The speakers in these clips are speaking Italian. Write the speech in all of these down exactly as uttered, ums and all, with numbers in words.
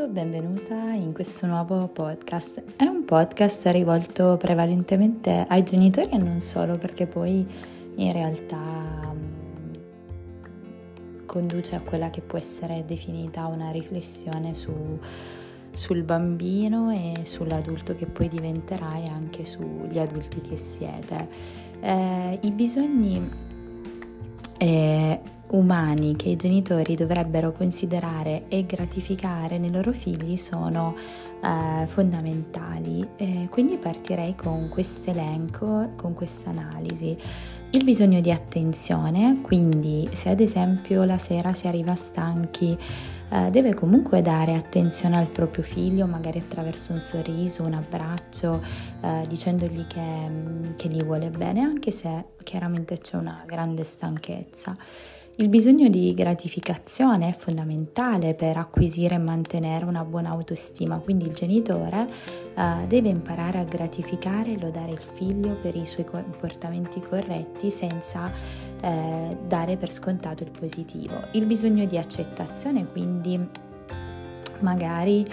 benvenuto, benvenuta in questo nuovo podcast. È un podcast rivolto prevalentemente ai genitori e non solo, perché poi in realtà mh, conduce a quella che può essere definita una riflessione su, sul bambino e sull'adulto che poi diventerà e anche sugli adulti che siete. Eh, i bisogni eh, umani che i genitori dovrebbero considerare e gratificare nei loro figli sono eh, fondamentali. Eh, quindi partirei con questo elenco, con questa analisi. Il bisogno di attenzione, quindi se ad esempio la sera si arriva stanchi, eh, deve comunque dare attenzione al proprio figlio, magari attraverso un sorriso, un abbraccio, eh, dicendogli che, che gli vuole bene, anche se chiaramente c'è una grande stanchezza. Il bisogno di gratificazione è fondamentale per acquisire e mantenere una buona autostima, quindi il genitore eh, deve imparare a gratificare e lodare il figlio per i suoi comportamenti corretti senza eh, dare per scontato il positivo. Il bisogno di accettazione, quindi magari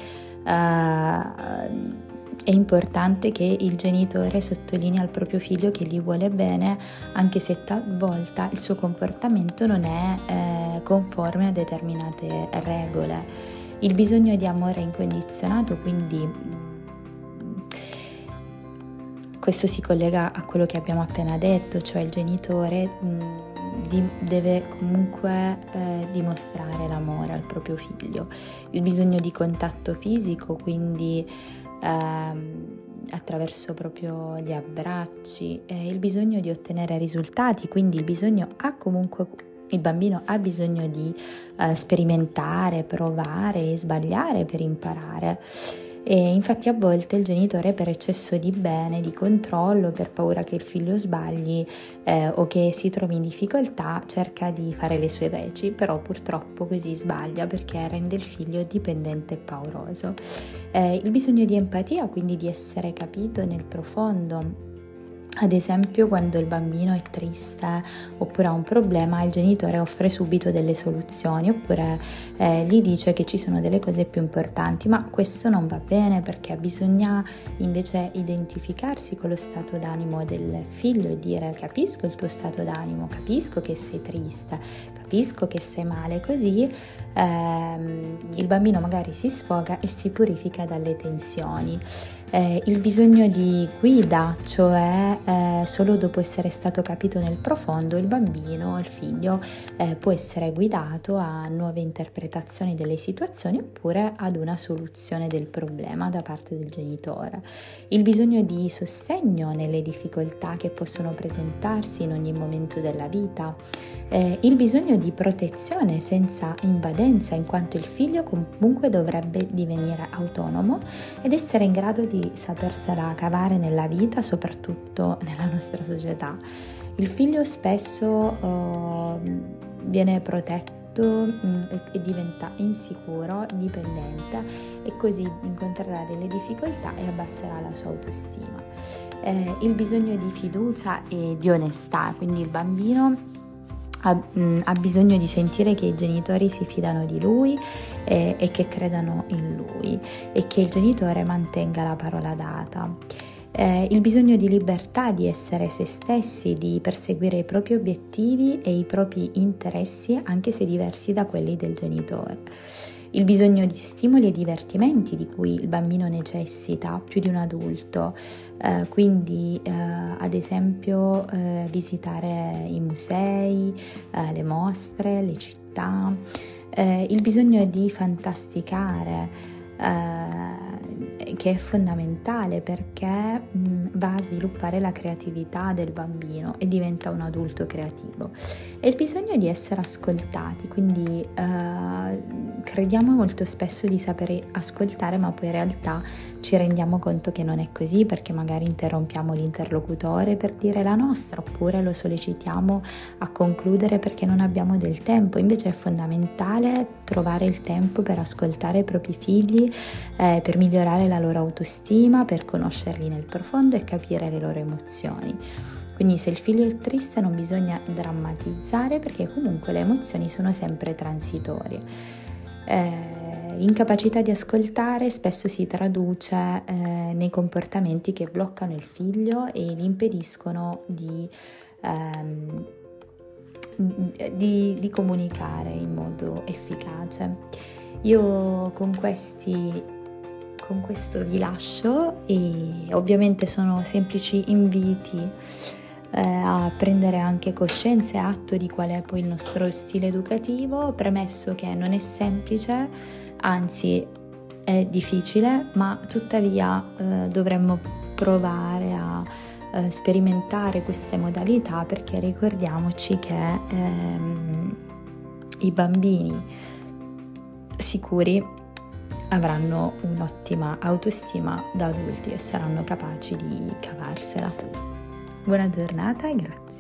eh, è importante che il genitore sottolinei al proprio figlio che gli vuole bene, anche se talvolta il suo comportamento non è eh, conforme a determinate regole. Il bisogno di amore incondizionato, quindi questo si collega a quello che abbiamo appena detto, cioè il genitore mh, di, deve comunque eh, dimostrare l'amore al proprio figlio. Il bisogno di contatto fisico, quindi attraverso proprio gli abbracci, eh, il bisogno di ottenere risultati, quindi il bisogno ha comunque il bambino ha bisogno di eh, sperimentare, provare e sbagliare per imparare. E infatti a volte il genitore, per eccesso di bene, di controllo, per paura che il figlio sbagli eh, o che si trovi in difficoltà, cerca di fare le sue veci, però purtroppo così sbaglia perché rende il figlio dipendente e pauroso. Eh, il bisogno di empatia, quindi di essere capito nel profondo. Ad esempio, quando il bambino è triste oppure ha un problema, il genitore offre subito delle soluzioni oppure eh, gli dice che ci sono delle cose più importanti, ma questo non va bene perché bisogna invece identificarsi con lo stato d'animo del figlio e dire: capisco il tuo stato d'animo, capisco che sei triste, capisco che sei male, così ehm, il bambino magari si sfoga e si purifica dalle tensioni. Eh, il bisogno di guida, cioè eh, solo dopo essere stato capito nel profondo, il bambino, il figlio eh, può essere guidato a nuove interpretazioni delle situazioni oppure ad una soluzione del problema da parte del genitore. Il bisogno di sostegno nelle difficoltà che possono presentarsi in ogni momento della vita. Eh, il bisogno di protezione senza invadenza, in quanto il figlio comunque dovrebbe divenire autonomo ed essere in grado di sapersela cavare nella vita, soprattutto nella nostra società. Il figlio spesso uh, viene protetto mh, e diventa insicuro, dipendente e così incontrerà delle difficoltà e abbasserà la sua autostima. Eh, il bisogno di fiducia e di onestà, quindi il bambino Ha, mh, ha bisogno di sentire che i genitori si fidano di lui e, e che credano in lui e che il genitore mantenga la parola data. Eh, il bisogno di libertà, di essere se stessi, di perseguire i propri obiettivi e i propri interessi anche se diversi da quelli del genitore. Il bisogno di stimoli e divertimenti di cui il bambino necessita più di un adulto, eh, quindi eh, ad esempio eh, visitare i musei, eh, le mostre, le città, eh, il bisogno di fantasticare, eh, che è fondamentale perché mh, va a sviluppare la creatività del bambino e diventa un adulto creativo. E il bisogno di essere ascoltati, quindi eh, crediamo molto spesso di sapere ascoltare, ma poi in realtà ci rendiamo conto che non è così, perché magari interrompiamo l'interlocutore per dire la nostra oppure lo sollecitiamo a concludere perché non abbiamo del tempo. Invece è fondamentale trovare il tempo per ascoltare i propri figli, eh, per migliorare la loro autostima, per conoscerli nel profondo e capire le loro emozioni. Quindi se il figlio è triste non bisogna drammatizzare, perché comunque le emozioni sono sempre transitorie. Eh, eh, l'incapacità di ascoltare spesso si traduce eh, nei comportamenti che bloccano il figlio e gli impediscono di, ehm, di, di comunicare in modo efficace. Io con questi Con questo vi lascio e ovviamente sono semplici inviti eh, a prendere anche coscienza e atto di qual è poi il nostro stile educativo, premesso che non è semplice, anzi è difficile, ma tuttavia eh, dovremmo provare a eh, sperimentare queste modalità, perché ricordiamoci che ehm, i bambini sicuri avranno un'ottima autostima da adulti e saranno capaci di cavarsela. Buona giornata e grazie.